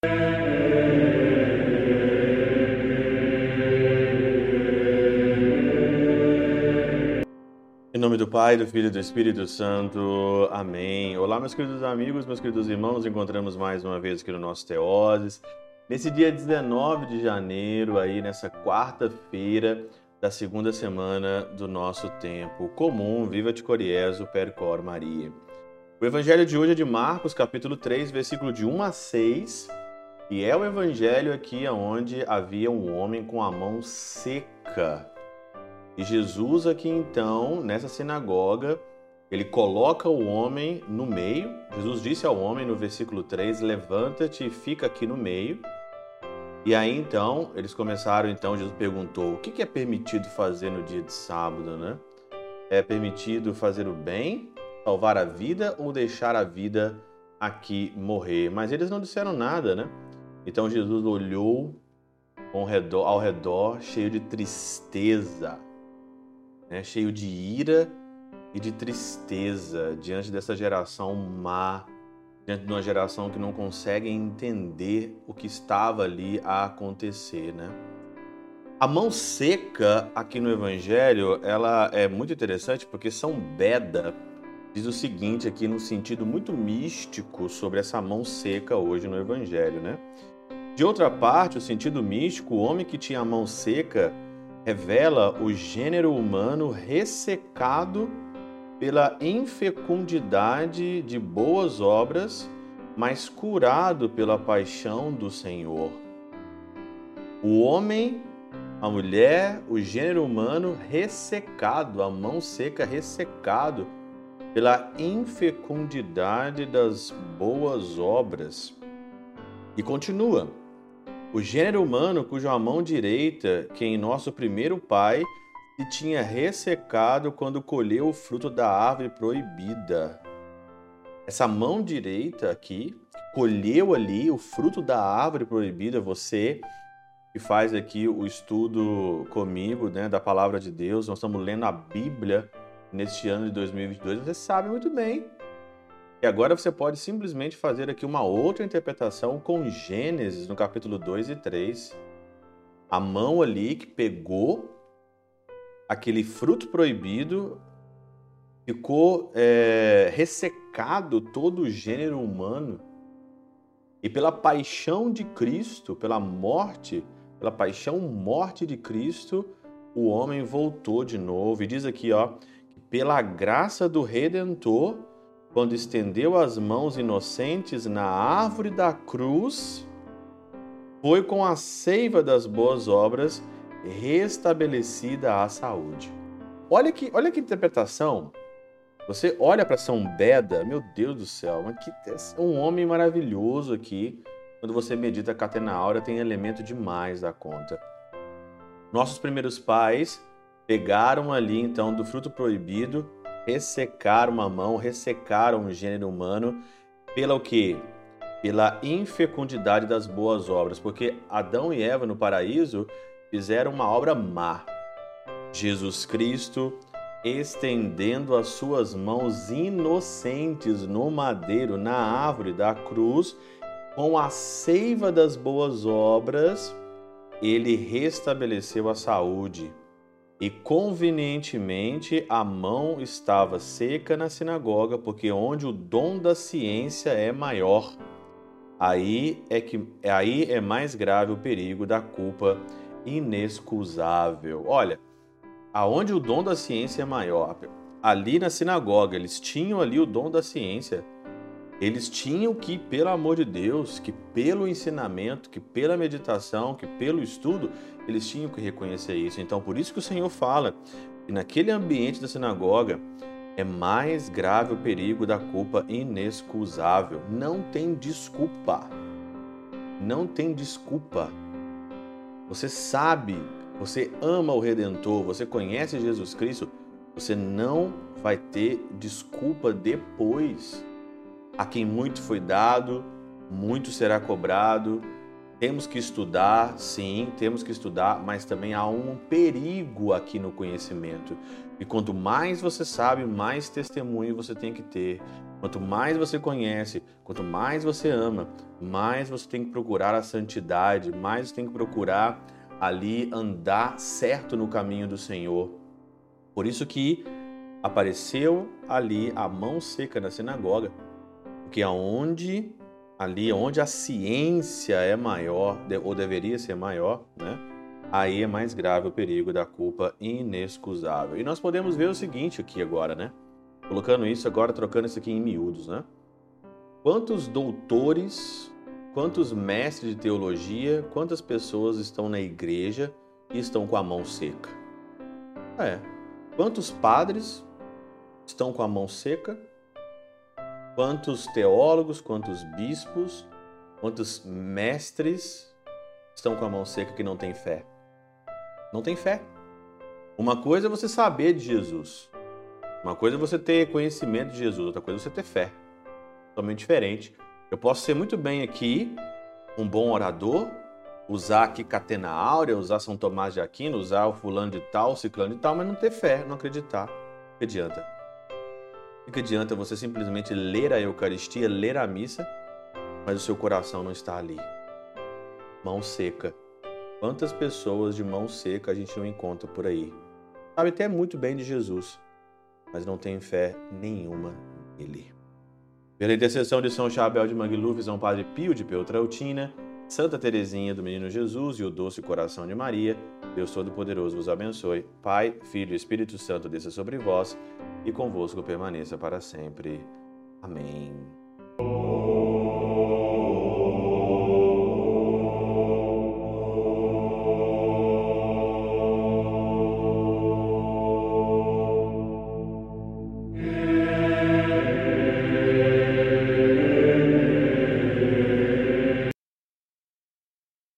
Em nome do Pai, do Filho e do Espírito Santo. Amém. Olá, meus queridos amigos, meus queridos irmãos. Nos encontramos mais uma vez aqui no nosso Theoses. Nesse dia 19 de janeiro, aí nessa quarta-feira da segunda semana do nosso tempo comum, Viva de Coriezo, Percor Maria. O evangelho de hoje é de Marcos, capítulo 3, versículo de 1 a 6, e é o evangelho aqui onde havia um homem com a mão seca. E Jesus aqui então, nessa sinagoga, ele coloca o homem no meio. Jesus disse ao homem no versículo 3, levanta-te e fica aqui no meio. E aí então, eles começaram, Jesus perguntou, o que é permitido fazer no dia de sábado, né? É permitido fazer o bem, salvar a vida ou deixar a vida aqui morrer? Mas eles não disseram nada, né? Então Jesus olhou ao redor, cheio de tristeza, né? Cheio de ira e de tristeza diante dessa geração má, diante de uma geração que não consegue entender o que estava ali a acontecer, né? A mão seca aqui no Evangelho, ela é muito interessante porque São Beda diz o seguinte aqui no sentido muito místico sobre essa mão seca hoje no Evangelho, né? De outra parte, o sentido místico, o homem que tinha a mão seca revela o gênero humano ressecado pela infecundidade de boas obras, mas curado pela paixão do Senhor. O homem, a mulher, o gênero humano ressecado, a mão seca ressecado pela infecundidade das boas obras. E continua. O gênero humano cuja mão direita, que em nosso primeiro pai, se tinha ressecado quando colheu o fruto da árvore proibida. Essa mão direita aqui, colheu ali o fruto da árvore proibida. Você que faz aqui o estudo comigo, né, da Palavra de Deus, nós estamos lendo a Bíblia neste ano de 2022, você sabe muito bem. E agora você pode simplesmente fazer aqui uma outra interpretação com Gênesis, no capítulo 2 e 3. A mão ali que pegou aquele fruto proibido, ficou ressecado todo o gênero humano. E pela paixão de Cristo, pela morte de Cristo, o homem voltou de novo. E diz aqui, que pela graça do Redentor, quando estendeu as mãos inocentes na árvore da cruz, foi com a seiva das boas obras restabelecida a saúde. Olha que interpretação. Você olha para São Beda, meu Deus do céu, mas que é um homem maravilhoso aqui. Quando você medita a Catena Áurea, tem elemento demais da conta. Nossos primeiros pais pegaram ali então do fruto proibido, ressecaram a mão, ressecaram o gênero humano pela o quê? Pela infecundidade das boas obras, porque Adão e Eva no paraíso fizeram uma obra má. Jesus Cristo, estendendo as suas mãos inocentes no madeiro, na árvore da cruz, com a seiva das boas obras, ele restabeleceu a saúde. E convenientemente a mão estava seca na sinagoga, porque onde o dom da ciência é maior, aí é mais grave o perigo da culpa inexcusável. Olha, aonde o dom da ciência é maior, ali na sinagoga, eles tinham ali o dom da ciência. Eles tinham que, pelo amor de Deus, que pelo ensinamento, que pela meditação, que pelo estudo, eles tinham que reconhecer isso. Então, por isso que o Senhor fala que naquele ambiente da sinagoga é mais grave o perigo da culpa inexcusável. Não tem desculpa. Não tem desculpa. Você sabe, você ama o Redentor, você conhece Jesus Cristo, você não vai ter desculpa depois. A quem muito foi dado, muito será cobrado. Temos que estudar, sim, temos que estudar, mas também há um perigo aqui no conhecimento. E quanto mais você sabe, mais testemunho você tem que ter. Quanto mais você conhece, quanto mais você ama, mais você tem que procurar a santidade, mais você tem que procurar ali andar certo no caminho do Senhor. Por isso que apareceu ali a mão seca na sinagoga, porque onde a ciência é maior, ou deveria ser maior, né? Aí é mais grave o perigo da culpa inexcusável. E nós podemos ver o seguinte aqui agora, né? Colocando isso agora, trocando isso aqui em miúdos, né? Quantos doutores, quantos mestres de teologia, quantas pessoas estão na igreja e estão com a mão seca? Quantos padres estão com a mão seca? Quantos teólogos, quantos bispos, quantos mestres estão com a mão seca que não têm fé? Não tem fé. Uma coisa é você saber de Jesus. Uma coisa é você ter conhecimento de Jesus. Outra coisa é você ter fé. Totalmente diferente. Eu posso ser muito bem aqui um bom orador, usar aqui Catena Áurea, usar São Tomás de Aquino, usar o fulano de tal, o ciclano de tal, mas não ter fé, não acreditar. O que adianta? O que adianta você simplesmente ler a Eucaristia, ler a missa, mas o seu coração não está ali? Mão seca. Quantas pessoas de mão seca a gente não encontra por aí? Sabe até muito bem de Jesus, mas não tem fé nenhuma nele. Pela intercessão de São Chabel de Mangluf, São Padre Pio de Peltrautina, Santa Teresinha do Menino Jesus e o Doce Coração de Maria, Deus Todo-Poderoso vos abençoe. Pai, Filho e Espírito Santo desça sobre vós e convosco permaneça para sempre. Amém.